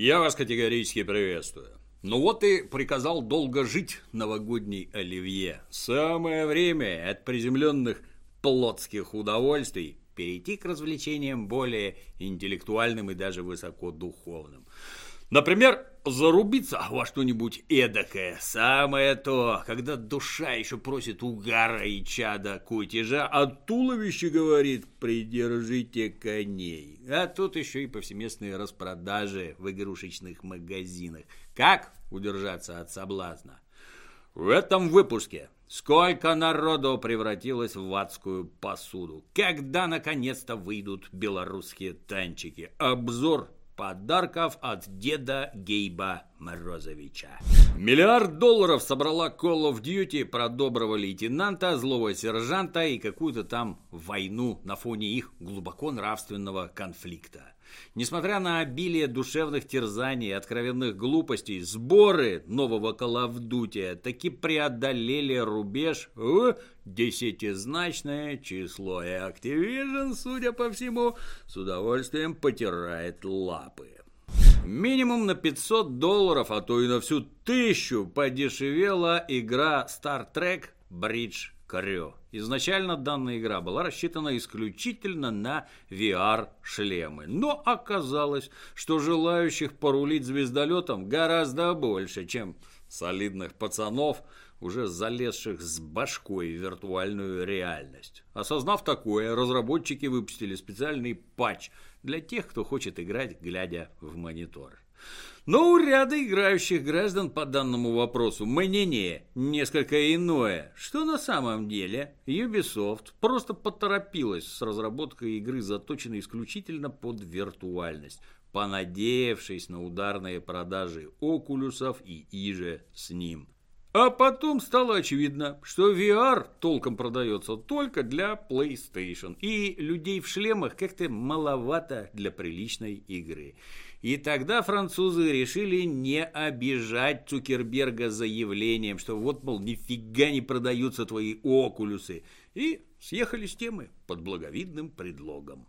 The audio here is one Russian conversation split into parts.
Я вас категорически приветствую. Ну вот и приказал долго жить новогодний Оливье. Самое время от приземленных плотских удовольствий перейти к развлечениям более интеллектуальным и даже высокодуховным. Например, зарубиться во что-нибудь эдакое. Самое то, когда душа еще просит угара и чада кутежа, а туловище говорит: придержите коней. А тут еще и повсеместные распродажи в игрушечных магазинах. Как удержаться от соблазна? В этом выпуске сколько народу превратилось в адскую посуду. Когда наконец-то выйдут белорусские танчики? Обзор подарков от деда Гейба Морозовича. $1 миллиард собрала Call of Duty про доброго лейтенанта, злого сержанта и какую-то там войну на фоне их глубоко нравственного конфликта. Несмотря на обилие душевных терзаний и откровенных глупостей, сборы нового Call of Duty таки преодолели рубеж в 10-значное число, и Activision, судя по всему, с удовольствием потирает лапы. Минимум на $500, а то и на всю 1000 подешевела игра Star Trek Bridge Crew. Изначально данная игра была рассчитана исключительно на VR-шлемы, но оказалось, что желающих порулить звездолетом гораздо больше, чем солидных пацанов, уже залезших с башкой в виртуальную реальность. Осознав такое, разработчики выпустили специальный патч для тех, кто хочет играть, глядя в монитор. Но у ряда играющих граждан по данному вопросу мнение несколько иное, что на самом деле Ubisoft просто поторопилась с разработкой игры, заточенной исключительно под виртуальность, понадеявшись на ударные продажи окулюсов и иже с ним. А потом стало очевидно, что VR толком продается только для PlayStation, и людей в шлемах как-то маловато для приличной игры. И тогда французы решили не обижать Цукерберга заявлением, что вот, мол, нифига не продаются твои окулюсы, и съехали с темы под благовидным предлогом.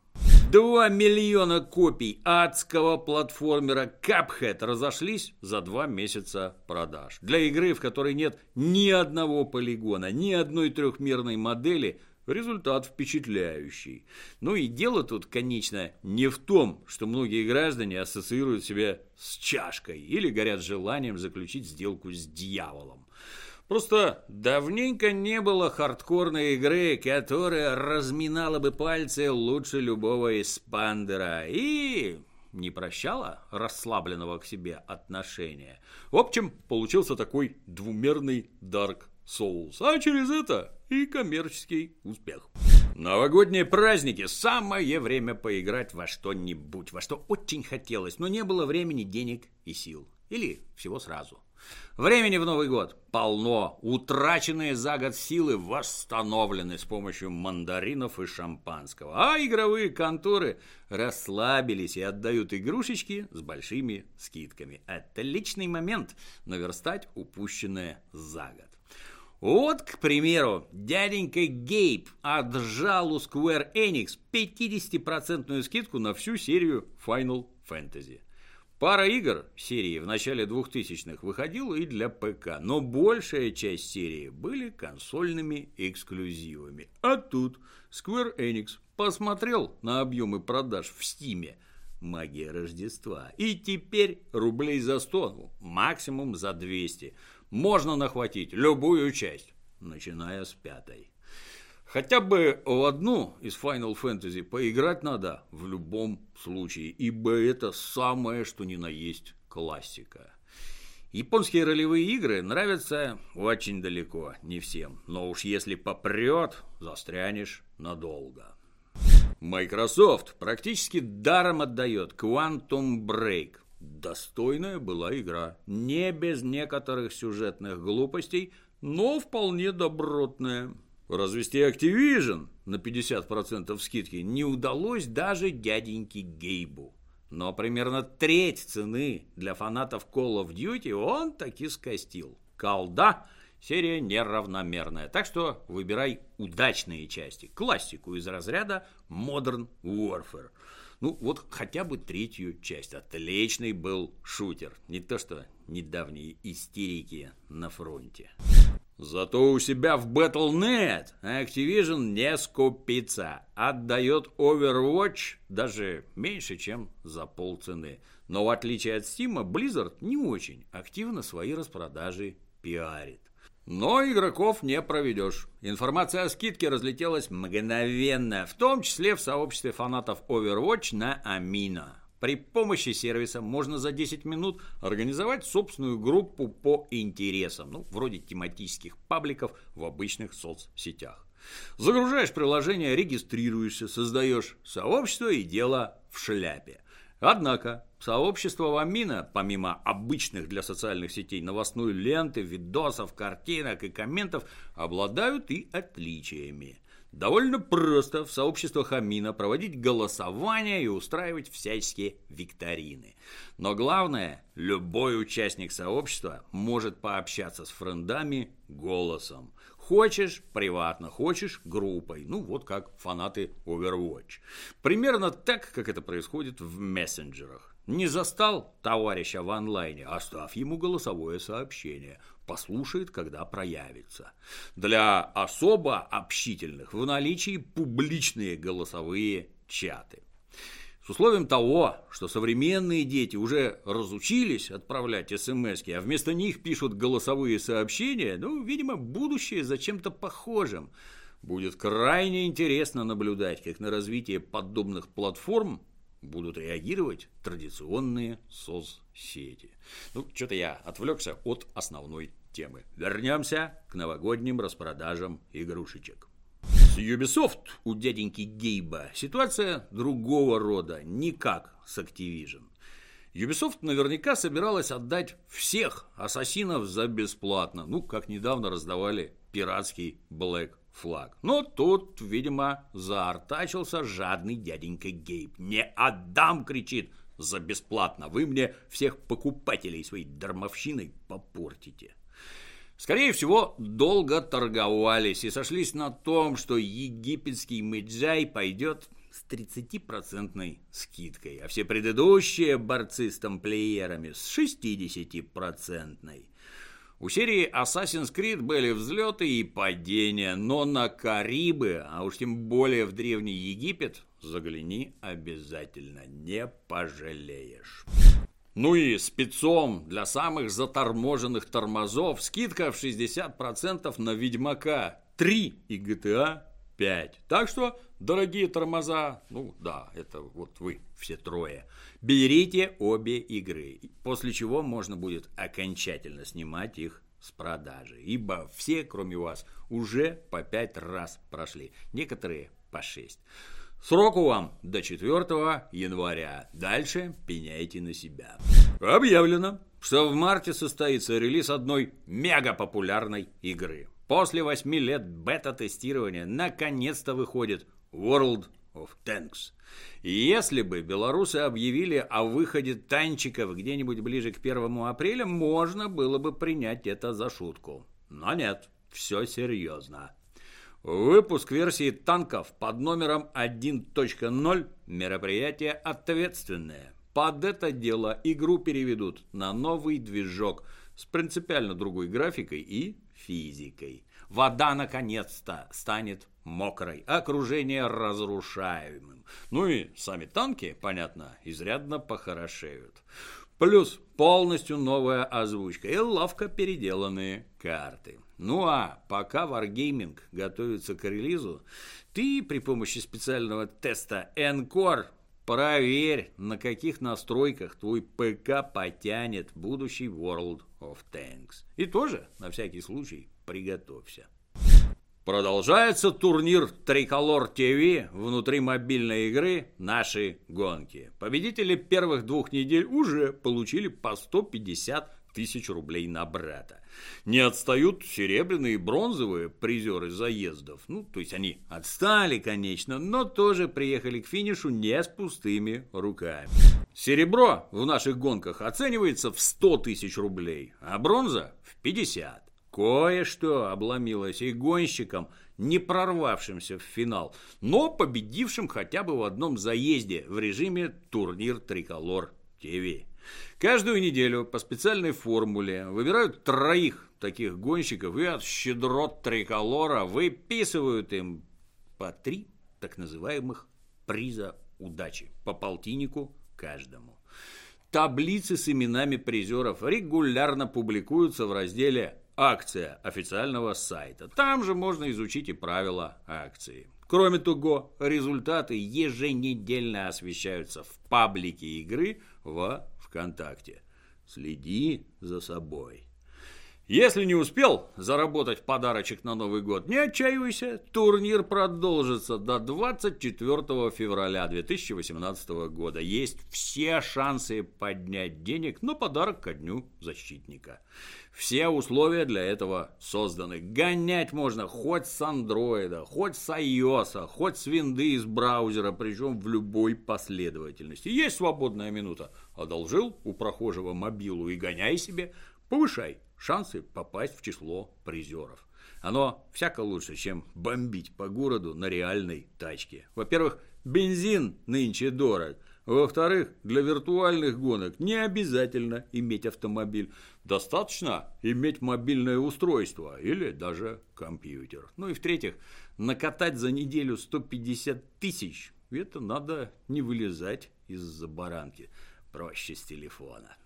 2 миллиона копий адского платформера Cuphead разошлись за 2 месяца продаж. Для игры, в которой нет ни одного полигона, ни одной трехмерной модели, результат впечатляющий. Ну и дело тут, конечно, не в том, что многие граждане ассоциируют себя с чашкой или горят желанием заключить сделку с дьяволом. Просто давненько не было хардкорной игры, которая разминала бы пальцы лучше любого эспандера и не прощала расслабленного к себе отношения. В общем, получился такой двумерный Dark Souls, а через это и коммерческий успех. Новогодние праздники – самое время поиграть во что-нибудь, во что очень хотелось, но не было времени, денег и сил. Или всего сразу. Времени в Новый год полно. Утраченные за год силы восстановлены с помощью мандаринов и шампанского. А игровые конторы расслабились и отдают игрушечки с большими скидками. Отличный момент наверстать упущенное за год. Вот, к примеру, дяденька Гейб отжал у Square Enix 50% скидку на всю серию Final Fantasy. Пара игр серии в начале 2000-х выходила и для ПК, но большая часть серии были консольными эксклюзивами. А тут Square Enix посмотрел на объемы продаж в Стиме, магия Рождества, и теперь рублей за 100, максимум за 200, можно нахватить любую часть, начиная с 5-й. Хотя бы в одну из Final Fantasy поиграть надо в любом случае, ибо это самое что ни на есть классика. Японские ролевые игры нравятся очень далеко не всем, но уж если попрет, застрянешь надолго. Microsoft практически даром отдает Quantum Break. Достойная была игра, не без некоторых сюжетных глупостей, но вполне добротная. Развести Activision на 50% скидки не удалось даже дяденьке Гейбу. Но примерно треть цены для фанатов Call of Duty он таки скостил. Колда – серия неравномерная, так что выбирай удачные части, классику из разряда Modern Warfare. Ну, вот хотя бы третью часть. Отличный был шутер. Не то что недавние истерики на фронте. Зато у себя в Battle.net Activision не скупится. Отдает Overwatch даже меньше, чем за полцены. Но в отличие от Steam, Blizzard не очень активно свои распродажи пиарит. Но игроков не проведешь. Информация о скидке разлетелась мгновенно, в том числе в сообществе фанатов Overwatch на Amino. При помощи сервиса можно за 10 минут организовать собственную группу по интересам, ну, вроде тематических пабликов в обычных соцсетях. Загружаешь приложение, регистрируешься, создаешь сообщество и дело в шляпе. Однако сообщества в Amino, помимо обычных для социальных сетей новостной ленты, видосов, картинок и комментов, обладают и отличиями. Довольно просто в сообществах Amino проводить голосования и устраивать всяческие викторины. Но главное, любой участник сообщества может пообщаться с френдами голосом. Хочешь приватно, хочешь группой. Ну, вот как фанаты Overwatch. Примерно так, как это происходит в мессенджерах. Не застал товарища в онлайне, оставь ему голосовое сообщение. Послушает, когда проявится. Для особо общительных в наличии публичные голосовые чаты. С условием того, что современные дети уже разучились отправлять смски, а вместо них пишут голосовые сообщения, ну, видимо, будущее за чем-то похожим. Будет крайне интересно наблюдать, как на развитие подобных платформ будут реагировать традиционные соцсети. Ну, что-то я отвлекся от основной темы. Вернемся к новогодним распродажам игрушечек. С Ubisoft у дяденьки Гейба ситуация другого рода, не как с Activision. Ubisoft наверняка собиралась отдать всех ассасинов за бесплатно, ну, как недавно раздавали пиратский Black Flag. Но тут, видимо, заортачился жадный дяденька Гейб. «Не отдам!» — кричит, «за бесплатно! Вы мне всех покупателей своей дармовщиной попортите!» Скорее всего, долго торговались и сошлись на том, что египетский Меджай пойдет с 30% скидкой, а все предыдущие борцы с тамплиерами с 60%. У серии Assassin's Creed были взлеты и падения, но на Карибы, а уж тем более в Древний Египет, загляни обязательно, не пожалеешь. Ну и спецом для самых заторможенных тормозов скидка в 60% на Ведьмака 3 и GTA 5. Так что, дорогие тормоза, ну да, это вот вы все трое, берите обе игры, после чего можно будет окончательно снимать их с продажи, ибо все, кроме вас, уже по 5 раз прошли, некоторые по 6. Сроку вам до 4 января. Дальше пеняйте на себя. Объявлено, что в марте состоится релиз одной мегапопулярной игры. После 8 лет бета-тестирования наконец-то выходит World of Tanks. Если бы белорусы объявили о выходе танчиков где-нибудь ближе к 1 апреля, можно было бы принять это за шутку. Но нет, все серьезно. Выпуск версии танков под номером 1.0 мероприятие ответственное. Под это дело игру переведут на новый движок с принципиально другой графикой и физикой. Вода наконец-то станет мокрой, окружение разрушаемым. Ну и сами танки, понятно, изрядно похорошеют. Плюс полностью новая озвучка и ловко переделанные карты. Ну а пока Wargaming готовится к релизу, ты при помощи специального теста Encore проверь, на каких настройках твой ПК потянет будущий World of Tanks. И тоже, на всякий случай, приготовься. Продолжается турнир Tricolor TV внутри мобильной игры «Наши гонки». Победители первых 2 недель уже получили по 150 тысяч рублей на брата. Не отстают серебряные и бронзовые призеры заездов. Ну, то есть они отстали, конечно, но тоже приехали к финишу не с пустыми руками. Серебро в наших гонках оценивается в 100 тысяч рублей, а бронза в 50. Кое-что обломилось и гонщикам, не прорвавшимся в финал, но победившим хотя бы в одном заезде в режиме «Турнир Триколор ТВ». Каждую неделю по специальной формуле выбирают 3 таких гонщиков и от щедрот Триколора выписывают им по 3 так называемых приза удачи, по полтиннику каждому. Таблицы с именами призеров регулярно публикуются в разделе «Акция» официального сайта. Там же можно изучить и правила акции. Кроме того, результаты еженедельно освещаются в паблике игры во ВКонтакте. Следи за собой. Если не успел заработать подарочек на Новый год, не отчаивайся, турнир продолжится до 24 февраля 2018 года. Есть все шансы поднять денег на подарок ко Дню Защитника. Все условия для этого созданы. Гонять можно хоть с андроида, хоть с iOS, хоть с винды из браузера, причем в любой последовательности. Есть свободная минута. Одолжил у прохожего мобилу и гоняй себе, повышай шансы попасть в число призеров. Оно всяко лучше, чем бомбить по городу на реальной тачке. Во-первых, бензин нынче дорог. Во-вторых, для виртуальных гонок не обязательно иметь автомобиль. Достаточно иметь мобильное устройство или даже компьютер. Ну и в-третьих, накатать за неделю 150 тысяч, это надо не вылезать из-за баранки. Проще с телефона.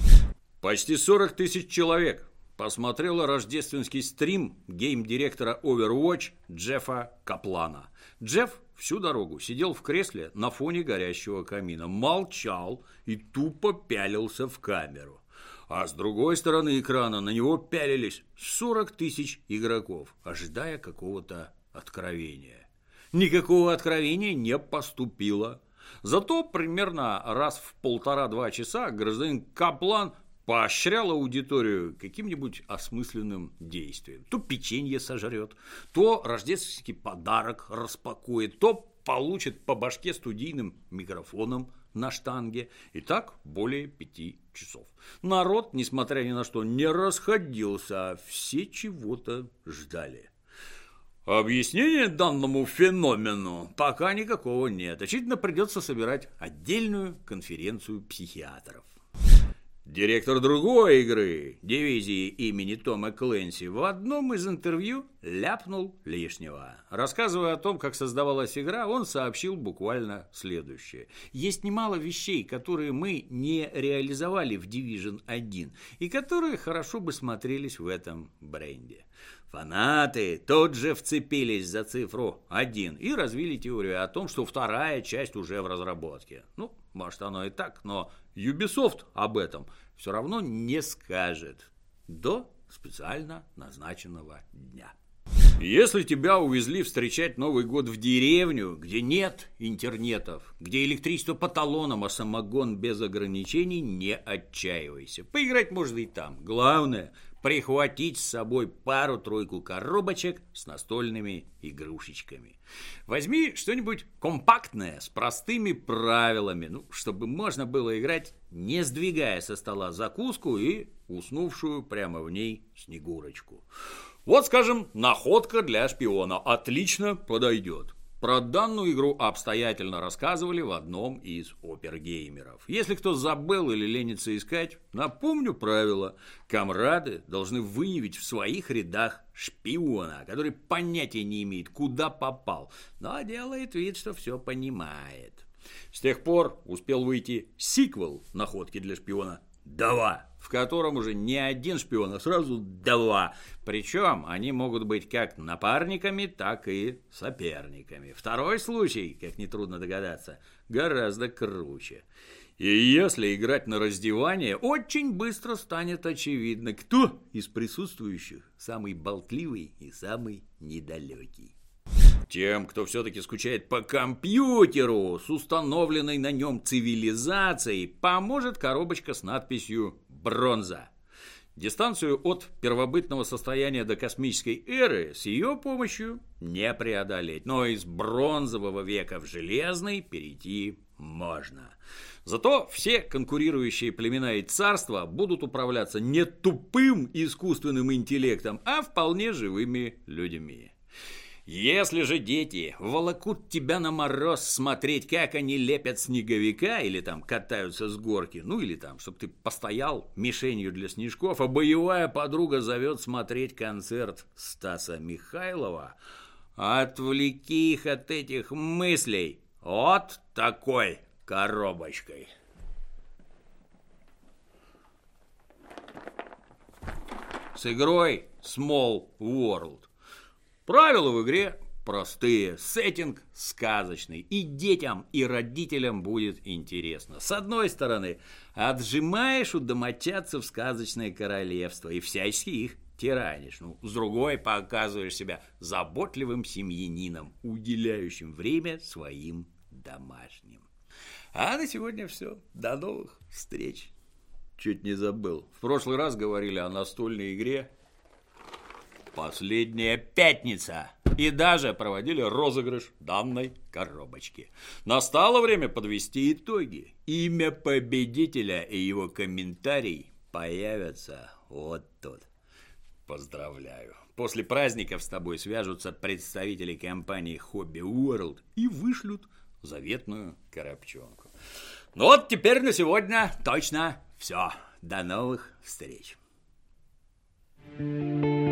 Почти 40 тысяч человек посмотрело рождественский стрим гейм-директора Overwatch Джеффа Каплана. Джефф всю дорогу сидел в кресле на фоне горящего камина, молчал и тупо пялился в камеру. А с другой стороны экрана на него пялились 40 тысяч игроков, ожидая какого-то откровения. Никакого откровения не поступило. Зато примерно раз в 1,5-2 часа гражданин Каплан поощрял аудиторию каким-нибудь осмысленным действием. То печенье сожрет, то рождественский подарок распакует, то получит по башке студийным микрофоном на штанге. И так более 5 часов. Народ, несмотря ни на что, не расходился, а все чего-то ждали. Объяснения данному феномену пока никакого нет. Очевидно, придется собирать отдельную конференцию психиатров. Директор другой игры, дивизии имени Тома Клэнси, в одном из интервью ляпнул лишнего. Рассказывая о том, как создавалась игра, он сообщил буквально следующее. Есть немало вещей, которые мы не реализовали в Division 1 и которые хорошо бы смотрелись в этом бренде. Фанаты тут же вцепились за цифру 1 и развили теорию о том, что вторая часть уже в разработке. Ну, может оно и так, но Ubisoft об этом все равно не скажет до специально назначенного дня. Если тебя увезли встречать Новый год в деревню, где нет интернетов, где электричество по талонам, а самогон без ограничений, не отчаивайся. Поиграть можно и там. Главное – прихватить с собой пару-тройку коробочек с настольными игрушечками. Возьми что-нибудь компактное, с простыми правилами, чтобы можно было играть, не сдвигая со стола закуску и уснувшую прямо в ней Снегурочку. Вот, скажем, находка для шпиона отлично подойдет. Про данную игру обстоятельно рассказывали в одном из опергеймеров. Если кто забыл или ленится искать, напомню правило. Комрады должны выявить в своих рядах шпиона, который понятия не имеет, куда попал, но делает вид, что все понимает. С тех пор успел выйти сиквел находки для шпиона 2, в котором уже не один шпион, а сразу 2. Причем они могут быть как напарниками, так и соперниками. Второй случай, как нетрудно догадаться, гораздо круче. И если играть на раздевание, очень быстро станет очевидно, кто из присутствующих самый болтливый и самый недалекий. Тем, кто все-таки скучает по компьютеру с установленной на нем цивилизацией, поможет коробочка с надписью «Бронза». Дистанцию от первобытного состояния до космической эры с ее помощью не преодолеть, но из бронзового века в железный перейти можно. Зато все конкурирующие племена и царства будут управляться не тупым искусственным интеллектом, а вполне живыми людьми. Если же дети волокут тебя на мороз смотреть, как они лепят снеговика или там катаются с горки, ну или там, чтобы ты постоял мишенью для снежков, а боевая подруга зовет смотреть концерт Стаса Михайлова, отвлеки их от этих мыслей вот такой коробочкой. С игрой Small World. Правила в игре простые, сеттинг сказочный, и детям, и родителям будет интересно. С одной стороны, отжимаешь у домочадцев сказочное королевство и всячески их тиранишь. С другой, показываешь себя заботливым семьянином, уделяющим время своим домашним. А на сегодня все. До новых встреч. Чуть не забыл. В прошлый раз говорили о настольной игре «Последняя пятница» и даже проводили розыгрыш данной коробочки. Настало время подвести итоги. Имя победителя и его комментарий появятся вот тут. Поздравляю. После праздников с тобой свяжутся представители компании Hobby World и вышлют заветную коробчонку. Ну вот теперь на сегодня точно все. До новых встреч.